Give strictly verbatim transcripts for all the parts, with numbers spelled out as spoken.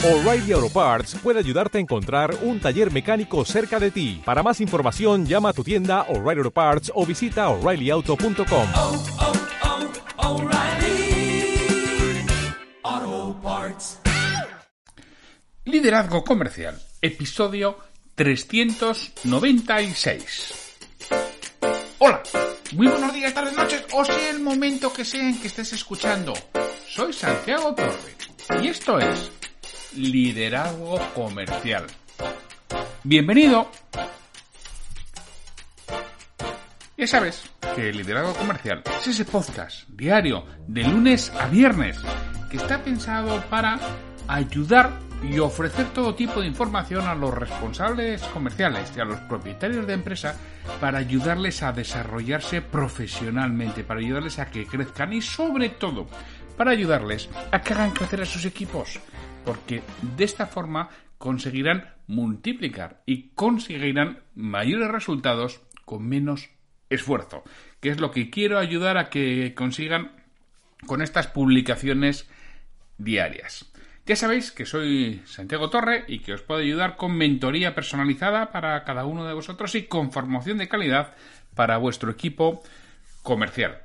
O'Reilly Auto Parts puede ayudarte a encontrar un taller mecánico cerca de ti. Para más información, llama a tu tienda O'Reilly Auto Parts o visita O'Reilly Auto punto com. Oh, oh, oh, O'Reilly Auto Parts. Liderazgo comercial, episodio trescientos noventa y seis. Hola, muy buenos días, tardes, noches, o sea el momento que sea en que estés escuchando. Soy Santiago Torre y esto es Liderazgo comercial. Bienvenido. Ya sabes que Liderazgo comercial es ese podcast diario de lunes a viernes que está pensado para ayudar y ofrecer todo tipo de información a los responsables comerciales y a los propietarios de empresa para ayudarles a desarrollarse profesionalmente, para ayudarles a que crezcan y sobre todo para ayudarles a que hagan crecer a sus equipos, porque de esta forma conseguirán multiplicar y conseguirán mayores resultados con menos esfuerzo, que es lo que quiero ayudar a que consigan con estas publicaciones diarias. Ya sabéis que soy Santiago Torre y que os puedo ayudar con mentoría personalizada para cada uno de vosotros y con formación de calidad para vuestro equipo comercial.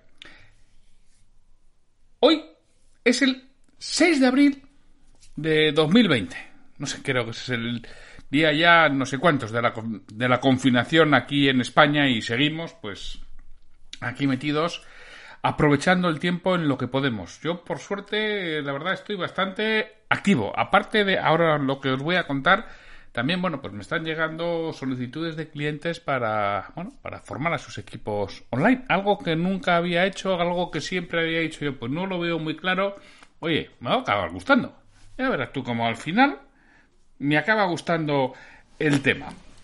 Hoy es el seis de abril de dos mil veinte. No sé, creo que es el día ya no sé cuántos de la, de la confinación aquí en España y seguimos pues aquí metidos aprovechando el tiempo en lo que podemos. Yo, por suerte, la verdad, estoy bastante activo. Aparte de ahora lo que os voy a contar, también, bueno, pues me están llegando solicitudes de clientes para, bueno, para formar a sus equipos online. Algo que nunca había hecho, algo que siempre había hecho yo, pues no lo veo muy claro. Oye, me va a acabar gustando. Ya verás tú como al final me acaba gustando el tema.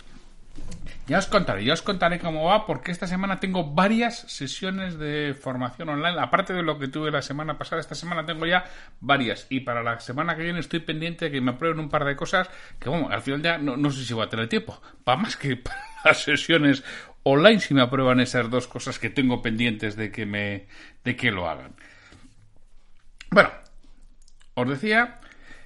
Ya os contaré, ya os contaré cómo va, porque esta semana tengo varias sesiones de formación online, aparte de lo que tuve la semana pasada. Esta semana tengo ya varias, y para la semana que viene estoy pendiente de que me aprueben un par de cosas que, bueno, al final ya no, no sé si voy a tener tiempo, para más que para las sesiones online, si me aprueban esas dos cosas que tengo pendientes de que me, de que lo hagan. Bueno, os decía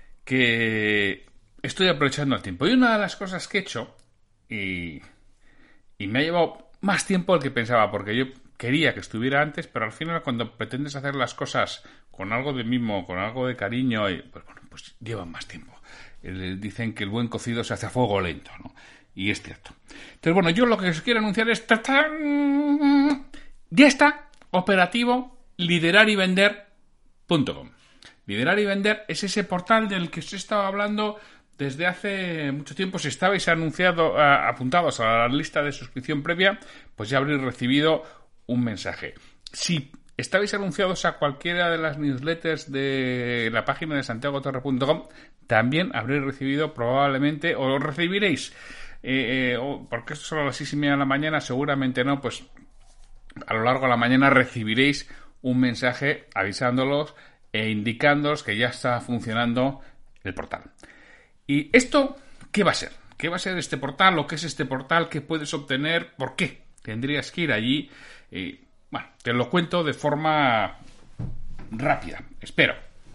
que estoy aprovechando el tiempo, y una de las cosas que he hecho, y... Y me ha llevado más tiempo del que pensaba, porque yo quería que estuviera antes, pero al final cuando pretendes hacer las cosas con algo de mimo, con algo de cariño, y, pues bueno, pues llevan más tiempo. El, dicen que el buen cocido se hace a fuego lento, ¿no? Y es cierto. Entonces, bueno, yo lo que os quiero anunciar es... ¡Tatán! Ya está operativo liderar y vender punto com. Liderar y Vender es ese portal del que os he estado hablando desde hace mucho tiempo. Si estabais anunciado, uh, apuntados a la lista de suscripción previa, pues ya habréis recibido un mensaje. Si estabais anunciados a cualquiera de las newsletters de la página de santiago torre punto com, también habréis recibido probablemente, o lo recibiréis, eh, eh, porque esto es solo a las seis y media de la mañana, seguramente no, pues a lo largo de la mañana recibiréis un mensaje avisándolos e indicándoos que ya está funcionando el portal. ¿Y esto qué va a ser? ¿Qué va a ser este portal? ¿O qué es este portal? ¿Qué puedes obtener? ¿Por qué tendrías que ir allí? Eh, bueno, te lo cuento de forma rápida, espero.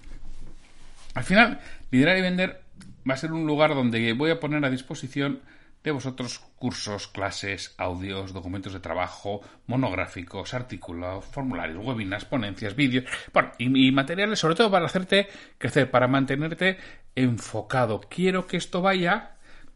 Al final, Liderar y Vender va a ser un lugar donde voy a poner a disposición de vosotros cursos, clases, audios, documentos de trabajo, monográficos, artículos, formularios, webinars, ponencias, vídeos, bueno, y, y materiales sobre todo para hacerte crecer, para mantenerte enfocado. Quiero que esto vaya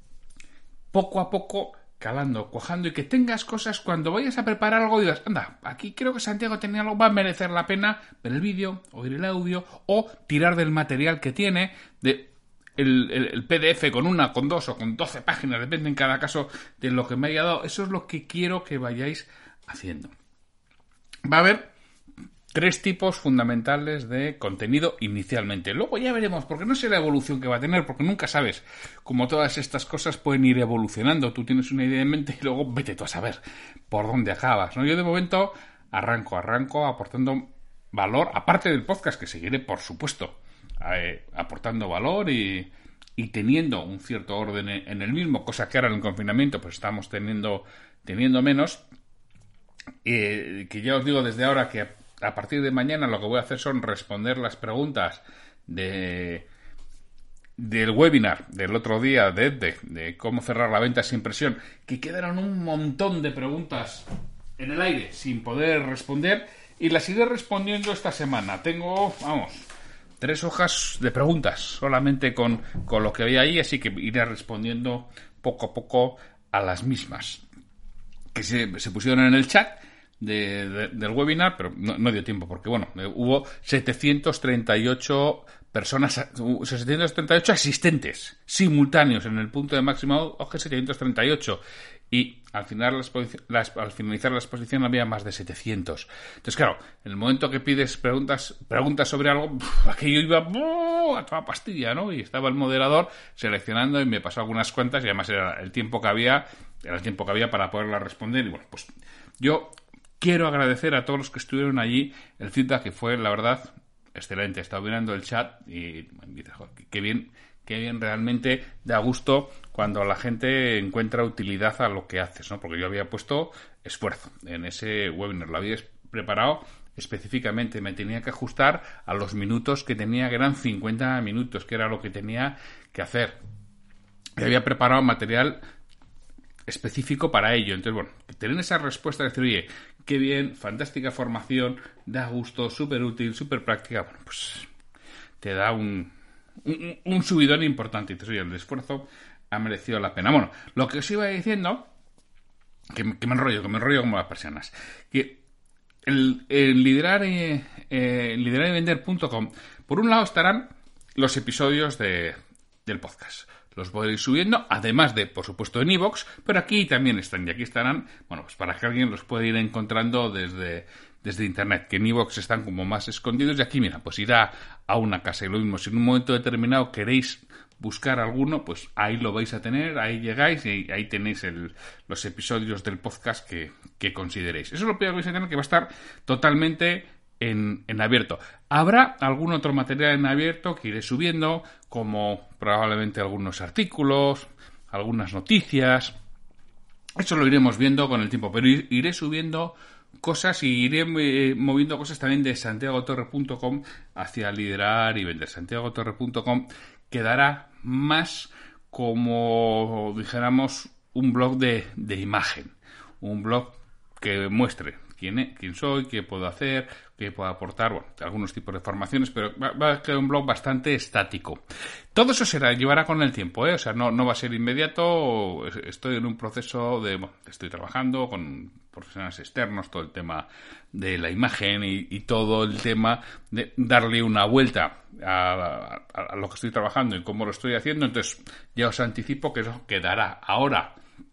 poco a poco calando, cuajando, y que tengas cosas cuando vayas a preparar algo y digas, anda, aquí creo que Santiago tenía algo, va a merecer la pena ver el vídeo, oír el audio o tirar del material que tiene, de El, el, el P D F con una, con dos o con doce páginas, depende en cada caso de lo que me haya dado. Eso es lo que quiero que vayáis haciendo. Va a haber tres tipos fundamentales de contenido inicialmente. Luego ya veremos, porque no sé la evolución que va a tener, porque nunca sabes. Como todas estas cosas pueden ir evolucionando. Tú tienes una idea en mente y luego vete tú a saber por dónde acabas, ¿no? Yo de momento arranco, arranco aportando valor, aparte del podcast que seguiré, por supuesto, Eh, aportando valor y, y teniendo un cierto orden en el mismo, cosa que ahora en el confinamiento pues estamos teniendo, teniendo menos, eh, que ya os digo desde ahora que a, a partir de mañana lo que voy a hacer son responder las preguntas de del webinar del otro día de EdTech, de cómo cerrar la venta sin presión, que quedaron un montón de preguntas en el aire sin poder responder, y las iré respondiendo esta semana. Tengo, vamos, tres hojas de preguntas solamente con, con lo que había ahí, así que iré respondiendo poco a poco a las mismas que se, se pusieron en el chat de, de, del webinar, pero no, no dio tiempo porque, bueno, hubo setecientos treinta y ocho personas, setecientos treinta y ocho asistentes simultáneos en el punto de máximo auge, setecientos treinta y ocho, y al final la exposición, la, al finalizar la exposición había más de setecientos. Entonces, claro, en el momento que pides preguntas preguntas sobre algo, uf, aquello iba uf, a toda pastilla, ¿no? Y estaba el moderador seleccionando y me pasó algunas cuantas, y además era el tiempo que había, era el tiempo que había para poderlas responder. Y bueno, pues yo quiero agradecer a todos los que estuvieron allí el feedback, que fue, la verdad, excelente. He estado mirando el chat y dices, qué bien, qué bien, realmente da gusto cuando la gente encuentra utilidad a lo que haces, ¿no? Porque yo había puesto esfuerzo en ese webinar, lo había preparado específicamente, me tenía que ajustar a los minutos que tenía, que eran cincuenta minutos, que era lo que tenía que hacer. Y había preparado material específico para ello. Entonces, bueno, tener esa respuesta de decir, oye, qué bien, fantástica formación, da gusto, súper útil, súper práctica, bueno, pues te da un, un, un subidón importante. Y dices, oye, el esfuerzo ha merecido la pena. Bueno, lo que os iba diciendo, que, que me enrollo, que me enrollo como las personas, que el, el liderar, eh, eh, liderar y vender punto com, por un lado estarán los episodios de, del podcast. Los voy a ir subiendo, además de, por supuesto, en iVoox, pero aquí también están, y aquí estarán, bueno, pues para que alguien los pueda ir encontrando desde, desde internet, que en iVoox están como más escondidos, y aquí, mira, pues irá a una casa, y lo mismo, si en un momento determinado queréis buscar alguno, pues ahí lo vais a tener, ahí llegáis, y ahí tenéis el, los episodios del podcast que, que consideréis. Eso es lo primero que vais a tener, que va a estar totalmente En, en abierto. Habrá algún otro material en abierto que iré subiendo, como probablemente algunos artículos, algunas noticias. Eso lo iremos viendo con el tiempo, pero iré subiendo cosas y iré eh, moviendo cosas también de santiago torre punto com hacia liderar y vender. santiago torre punto com quedará más como, dijéramos, un blog de, de imagen, un blog que muestre quién, es, quién soy, qué puedo hacer, qué puedo aportar, bueno, algunos tipos de formaciones, pero va, va a quedar un blog bastante estático. Todo eso será, llevará con el tiempo, ¿eh? O sea, no, no va a ser inmediato. Estoy en un proceso de, bueno, estoy trabajando con profesionales externos, todo el tema de la imagen y, y todo el tema de darle una vuelta a, a, a lo que estoy trabajando y cómo lo estoy haciendo. Entonces, ya os anticipo que eso quedará. Ahora,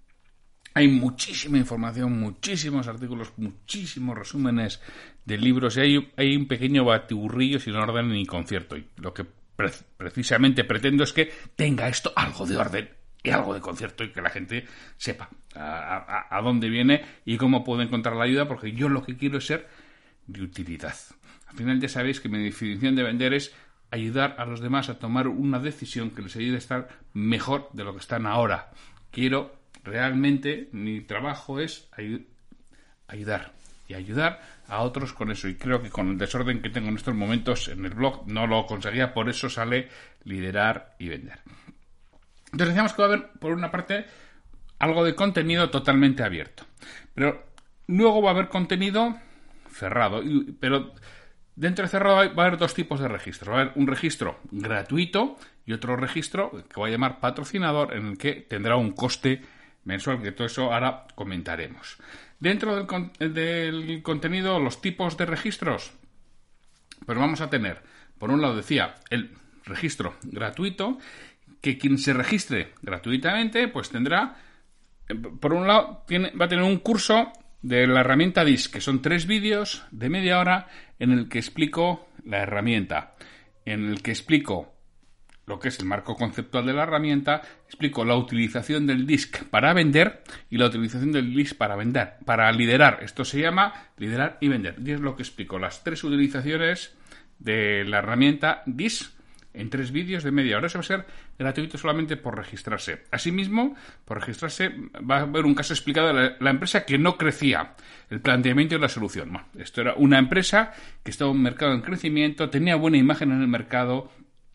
hay muchísima información, muchísimos artículos, muchísimos resúmenes de libros, y hay, hay un pequeño batiburrillo sin orden ni concierto. Y lo que pre- precisamente pretendo es que tenga esto algo de orden y algo de concierto, y que la gente sepa a, a, a dónde viene y cómo puede encontrar la ayuda, porque yo lo que quiero es ser de utilidad. Al final ya sabéis que mi definición de vender es ayudar a los demás a tomar una decisión que les ayude a estar mejor de lo que están ahora. Quiero realmente, mi trabajo es ay- ayudar y ayudar a otros con eso, y creo que con el desorden que tengo en estos momentos en el blog no lo conseguía, por eso sale liderar y vender. Entonces decíamos que va a haber, por una parte, algo de contenido totalmente abierto, pero luego va a haber contenido cerrado, y, pero dentro de cerrado va a haber dos tipos de registros. Va a haber un registro gratuito y otro registro que voy a llamar patrocinador, en el que tendrá un coste mensual, que todo eso ahora comentaremos. Dentro del, con- del contenido, los tipos de registros, pues vamos a tener, por un lado decía, el registro gratuito, que quien se registre gratuitamente, pues tendrá, por un lado, tiene, va a tener un curso de la herramienta D I S, que son tres vídeos de media hora en el que explico la herramienta, en el que explico lo que es el marco conceptual de la herramienta, explico la utilización del D I S C para vender y la utilización del D I S C para vender, para liderar. Esto se llama liderar y vender. Y es lo que explico, las tres utilizaciones de la herramienta D I S C en tres vídeos de media hora. Eso va a ser gratuito solamente por registrarse. Asimismo, por registrarse va a haber un caso explicado de la, la empresa que no crecía, el planteamiento y la solución. Bueno, esto era una empresa que estaba en un mercado en crecimiento, tenía buena imagen en el mercado,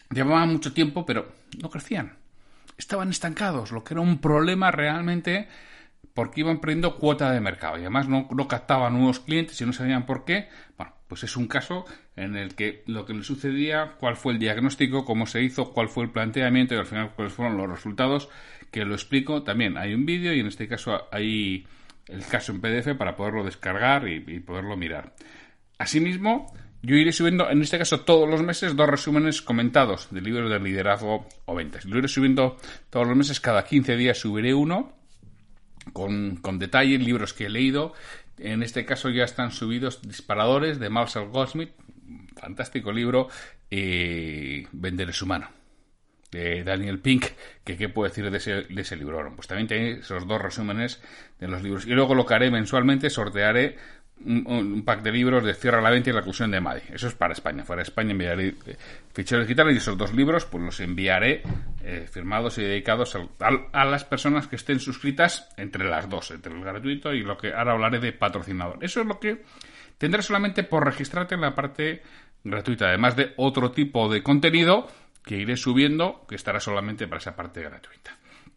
llevaban mucho tiempo, pero no crecían. Estaban estancados, lo que era un problema realmente porque iban perdiendo cuota de mercado y además no, no captaban nuevos clientes y no sabían por qué. Bueno, pues es un caso en el que lo que le sucedía, cuál fue el diagnóstico, cómo se hizo, cuál fue el planteamiento y al final cuáles fueron los resultados, que lo explico. También hay un vídeo y en este caso hay el caso en P D F para poderlo descargar y, y poderlo mirar. Asimismo, yo iré subiendo, en este caso todos los meses, dos resúmenes comentados de libros de liderazgo o ventas. Lo iré subiendo todos los meses, cada quince días subiré uno con, con detalle, libros que he leído. En este caso ya están subidos Disparadores de Marshall Goldsmith, fantástico libro, y Vender es humano, de Daniel Pink, que qué puedo decir de ese, de ese libro. Bueno, pues también tenéis esos dos resúmenes de los libros. Y luego lo que haré mensualmente, sortearé un, un pack de libros de Cierra la Venta y la Oclusión de Maddy. Eso es para España. Fuera de España enviaré eh, ficheros digitales y esos dos libros pues los enviaré eh, firmados y dedicados a, a, a las personas que estén suscritas entre las dos, entre el gratuito y lo que ahora hablaré de patrocinador. Eso es lo que tendrás solamente por registrarte en la parte gratuita, además de otro tipo de contenido que iré subiendo, que estará solamente para esa parte gratuita.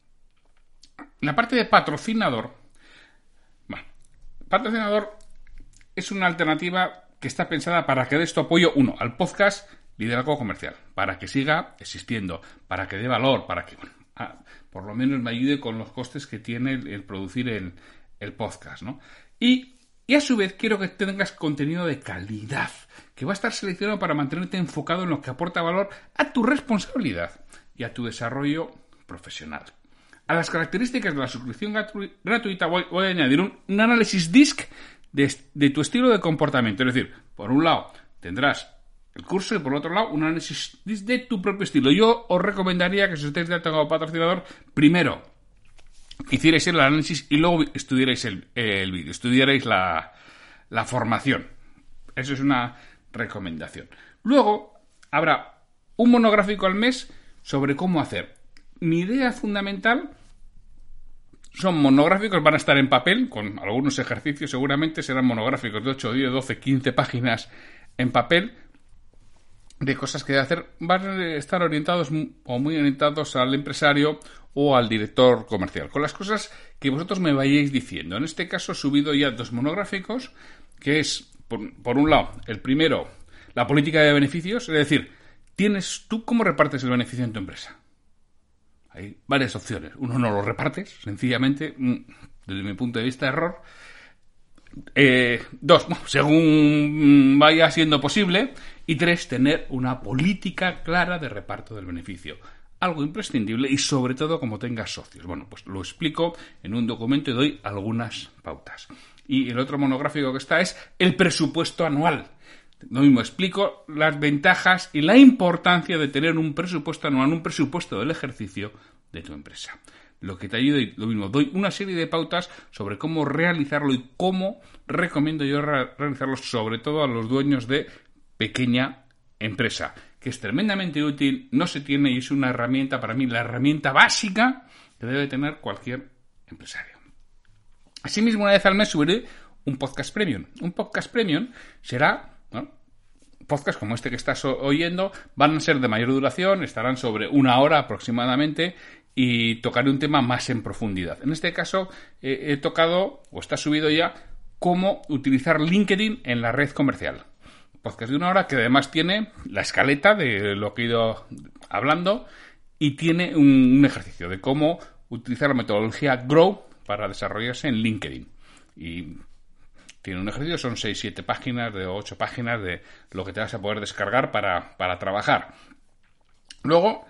La parte de patrocinador, bueno, patrocinador es una alternativa que está pensada para que dé esto apoyo, uno, al podcast Liderazgo Comercial, para que siga existiendo, para que dé valor, para que, bueno, a, por lo menos me ayude con los costes que tiene el, el producir el, el podcast, ¿no? Y, y a su vez quiero que tengas contenido de calidad, que va a estar seleccionado para mantenerte enfocado en lo que aporta valor a tu responsabilidad y a tu desarrollo profesional. A las características de la suscripción gratu- gratuita voy, voy a añadir un, un análisis D I S C de, de tu estilo de comportamiento. Es decir, por un lado tendrás el curso y por otro lado un análisis D I S C de tu propio estilo. Yo os recomendaría que si estáis de como patrocinador, primero hicierais el análisis y luego estudiarais el, el vídeo, estudiarais la, la formación. Eso es una recomendación. Luego habrá un monográfico al mes sobre cómo hacer. Mi idea fundamental son monográficos, van a estar en papel, con algunos ejercicios, seguramente serán monográficos de ocho, diez, doce, quince páginas en papel, de cosas que hacer. Van a estar orientados o muy orientados al empresario o al director comercial, con las cosas que vosotros me vayáis diciendo. En este caso he subido ya dos monográficos, que es, por, por un lado, el primero, la política de beneficios, es decir, tienes tú cómo repartes el beneficio en tu empresa. Hay varias opciones. Uno, no lo repartes, sencillamente, desde mi punto de vista, error. Eh, dos, según vaya siendo posible. Y tres, tener una política clara de reparto del beneficio. Algo imprescindible y sobre todo como tengas socios. Bueno, pues lo explico en un documento y doy algunas pautas. Y el otro monográfico que está es el presupuesto anual. Lo mismo, explico las ventajas y la importancia de tener un presupuesto anual, un presupuesto del ejercicio de tu empresa. Lo que te ayuda, y lo mismo, doy una serie de pautas sobre cómo realizarlo y cómo recomiendo yo re- realizarlo, sobre todo a los dueños de pequeña empresa, que es tremendamente útil, no se tiene y es una herramienta, para mí, la herramienta básica que debe tener cualquier empresario. Asimismo, una vez al mes subiré un podcast premium. Un podcast premium será... ¿no? Podcasts como este que estás oyendo van a ser de mayor duración, estarán sobre una hora aproximadamente y tocaré un tema más en profundidad. En este caso eh, he tocado, o está subido ya, cómo utilizar LinkedIn en la red comercial. Podcast de una hora que además tiene la escaleta de lo que he ido hablando y tiene un, un ejercicio de cómo utilizar la metodología Grow para desarrollarse en LinkedIn. Y tiene un ejercicio, son seis siete páginas, de ocho páginas de lo que te vas a poder descargar para, para trabajar. Luego,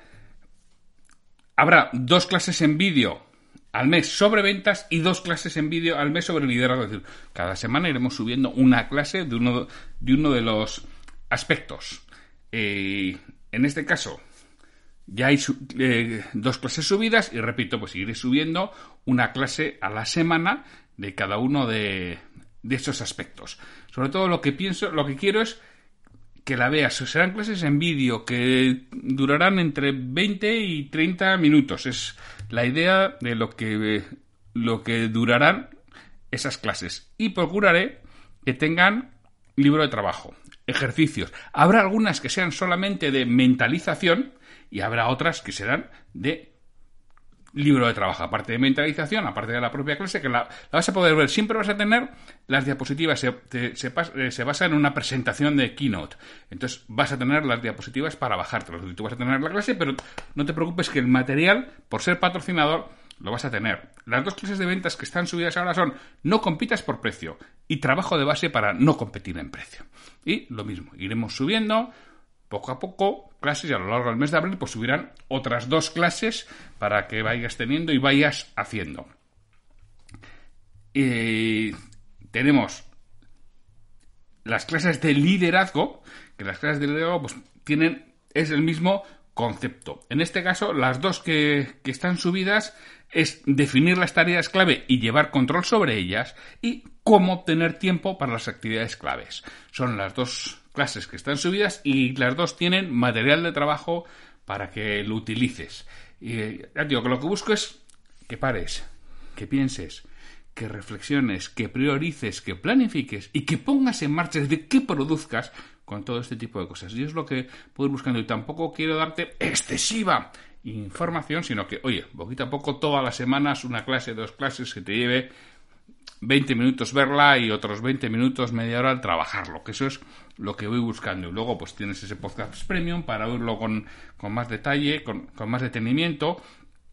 habrá dos clases en vídeo al mes sobre ventas y dos clases en vídeo al mes sobre liderazgo. Es decir, cada semana iremos subiendo una clase de uno de, uno de los aspectos. Eh, en este caso, ya hay eh, dos clases subidas y repito, pues iré subiendo una clase a la semana de cada uno de... de esos aspectos. Sobre todo lo que pienso, lo que quiero es que la veas. Serán clases en vídeo que durarán entre veinte y treinta minutos. Es la idea de lo que, lo que durarán esas clases. Y procuraré que tengan libro de trabajo. ejercicios. Habrá algunas que sean solamente de mentalización y habrá otras que serán de libro de trabajo, aparte de mentalización, aparte de la propia clase, que la, la vas a poder ver. Siempre vas a tener las diapositivas, se, te, se, se basa en una presentación de Keynote. Entonces vas a tener las diapositivas para bajártelas. Tú vas a tener la clase, pero no te preocupes que el material, por ser patrocinador, lo vas a tener. Las dos clases de ventas que están subidas ahora son no compitas por precio y trabajo de base para no competir en precio. Y lo mismo, iremos subiendo poco a poco clases y a lo largo del mes de abril pues subirán otras dos clases para que vayas teniendo y vayas haciendo. Eh, tenemos las clases de liderazgo, que las clases de liderazgo pues tienen, es el mismo concepto. En este caso, las dos que, que están subidas es definir las tareas clave y llevar control sobre ellas y cómo obtener tiempo para las actividades claves. Son las dos clases que están subidas y las dos tienen material de trabajo para que lo utilices. Y ya digo que lo que busco es que pares, que pienses, que reflexiones, que priorices, que planifiques y que pongas en marcha, es decir, que produzcas con todo este tipo de cosas. Y es lo que puedo ir buscando. Y tampoco quiero darte excesiva información, sino que, oye, poquito a poco, todas las semanas, una clase, dos clases, que te lleve veinte minutos verla y otros veinte minutos, media hora al trabajarlo, que eso es lo que voy buscando. Y luego pues tienes ese podcast premium para oírlo con, con más detalle, con, con más detenimiento.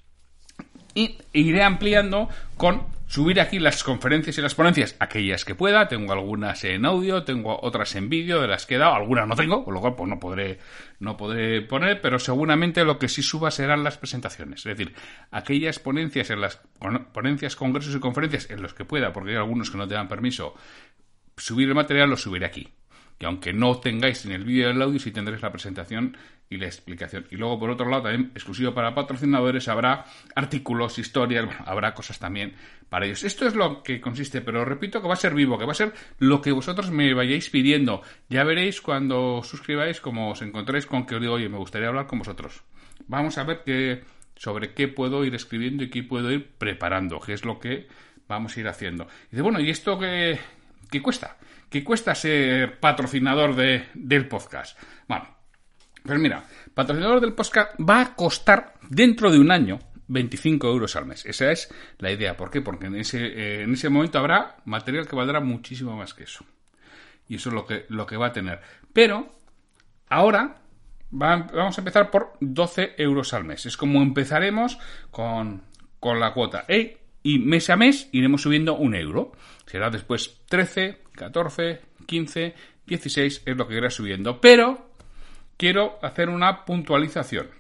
Y iré ampliando con subir aquí las conferencias y las ponencias, aquellas que pueda. Tengo algunas en audio, tengo otras en vídeo de las que he dado, algunas no tengo, con lo cual pues no podré, no podré poner, pero seguramente lo que sí suba serán las presentaciones. Es decir, aquellas ponencias en las ponencias, congresos y conferencias en los que pueda, porque hay algunos que no te dan permiso subir el material, lo subiré aquí. Que aunque no tengáis en el vídeo del audio, sí tendréis la presentación y la explicación. Y luego, por otro lado, también exclusivo para patrocinadores, habrá artículos, historias, bueno, habrá cosas también para ellos. Esto es lo que consiste, pero repito que va a ser vivo, que va a ser lo que vosotros me vayáis pidiendo. Ya veréis cuando suscribáis, como os encontréis con que os digo, oye, me gustaría hablar con vosotros. Vamos a ver qué, sobre qué puedo ir escribiendo y qué puedo ir preparando, que es lo que vamos a ir haciendo. Y dice, bueno, ¿y esto qué, qué cuesta? ¿Qué cuesta ser patrocinador de, del podcast? Bueno, pues mira, patrocinador del podcast va a costar dentro de un año veinticinco euros al mes. Esa es la idea. ¿Por qué? Porque en ese, eh, en ese momento habrá material que valdrá muchísimo más que eso. Y eso es lo que, lo que va a tener. Pero ahora va, vamos a empezar por doce euros al mes. Es como empezaremos con, con la cuota. ¿Eh? Y mes a mes iremos subiendo un euro. Será después trece, catorce, quince, dieciséis, es lo que irá subiendo. Pero quiero hacer una puntualización.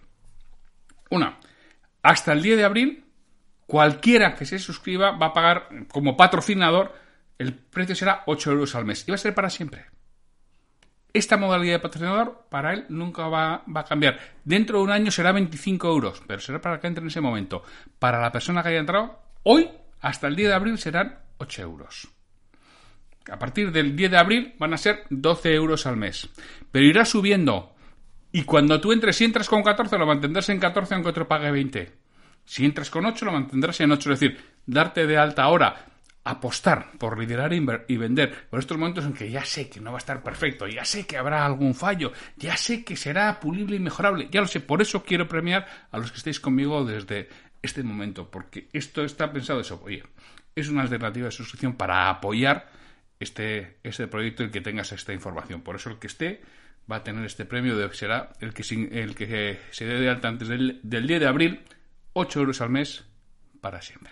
Una, hasta el diez de abril, cualquiera que se suscriba va a pagar como patrocinador, el precio será ocho euros al mes. Y va a ser para siempre. Esta modalidad de patrocinador, para él, nunca va, va a cambiar. Dentro de un año será veinticinco euros, pero será para que entre en ese momento. Para la persona que haya entrado, hoy, hasta el diez de abril, serán ocho euros. A partir del diez de abril van a ser doce euros al mes. Pero irá subiendo. Y cuando tú entres, si entras con catorce, lo mantendrás en catorce aunque otro pague veinte. Si entras con ocho, lo mantendrás en ocho. Es decir, darte de alta ahora, apostar por liderar y vender. Por estos momentos en que ya sé que no va a estar perfecto, ya sé que habrá algún fallo, ya sé que será pulible y mejorable. Ya lo sé, por eso quiero premiar a los que estéis conmigo desde este momento. Porque esto está pensado eso. Oye, es una alternativa de suscripción para apoyar este, este proyecto y el que tengas esta información. Por eso el que esté va a tener este premio, de, será el que, el que se dé de alta antes del, del diez de abril, ocho euros al mes para siempre.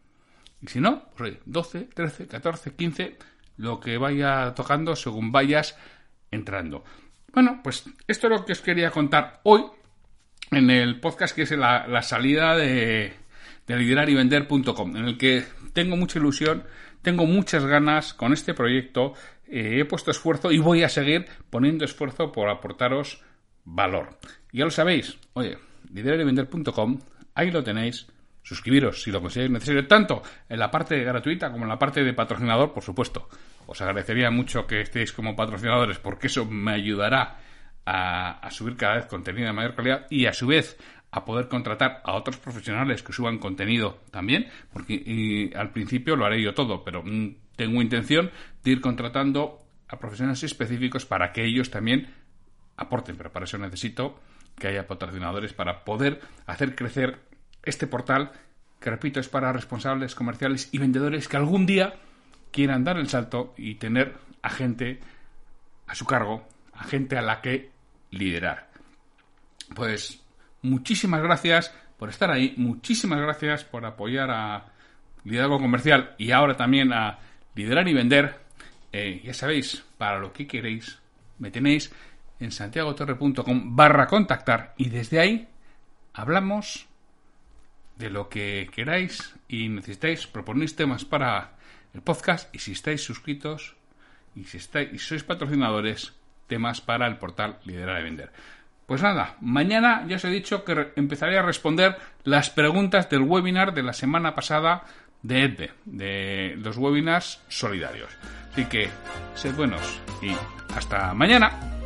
Y si no, pues oye, doce, trece, catorce, quince, lo que vaya tocando según vayas entrando. Bueno, pues esto es lo que os quería contar hoy en el podcast, que es la, la salida de, de liderar y vender punto com, en el que tengo mucha ilusión, tengo muchas ganas con este proyecto, eh, he puesto esfuerzo y voy a seguir poniendo esfuerzo por aportaros valor. Ya lo sabéis, oye, liderar y vender punto com, ahí lo tenéis. Suscribiros si lo consideráis necesario, tanto en la parte gratuita como en la parte de patrocinador, por supuesto. Os agradecería mucho que estéis como patrocinadores, porque eso me ayudará a, a subir cada vez contenido de mayor calidad y a su vez a poder contratar a otros profesionales que suban contenido también, porque y, al principio lo haré yo todo, pero mm, tengo intención de ir contratando a profesionales específicos para que ellos también aporten, pero para eso necesito que haya patrocinadores para poder hacer crecer este portal, que repito, es para responsables comerciales y vendedores que algún día quieran dar el salto y tener a gente a su cargo, a gente a la que liderar. Pues muchísimas gracias por estar ahí, muchísimas gracias por apoyar a Liderazgo Comercial y ahora también a Liderar y Vender. Eh, ya sabéis, para lo que queréis, me tenéis en santiagotorre.com barra contactar y desde ahí hablamos de lo que queráis y necesitáis. Proponéis temas para el podcast y si estáis suscritos y si estáis y sois patrocinadores, temas para el portal Liderar y Vender. Pues nada, mañana ya os he dicho que re- empezaré a responder las preguntas del webinar de la semana pasada de E D V E, de los webinars solidarios. Así que sed buenos y hasta mañana.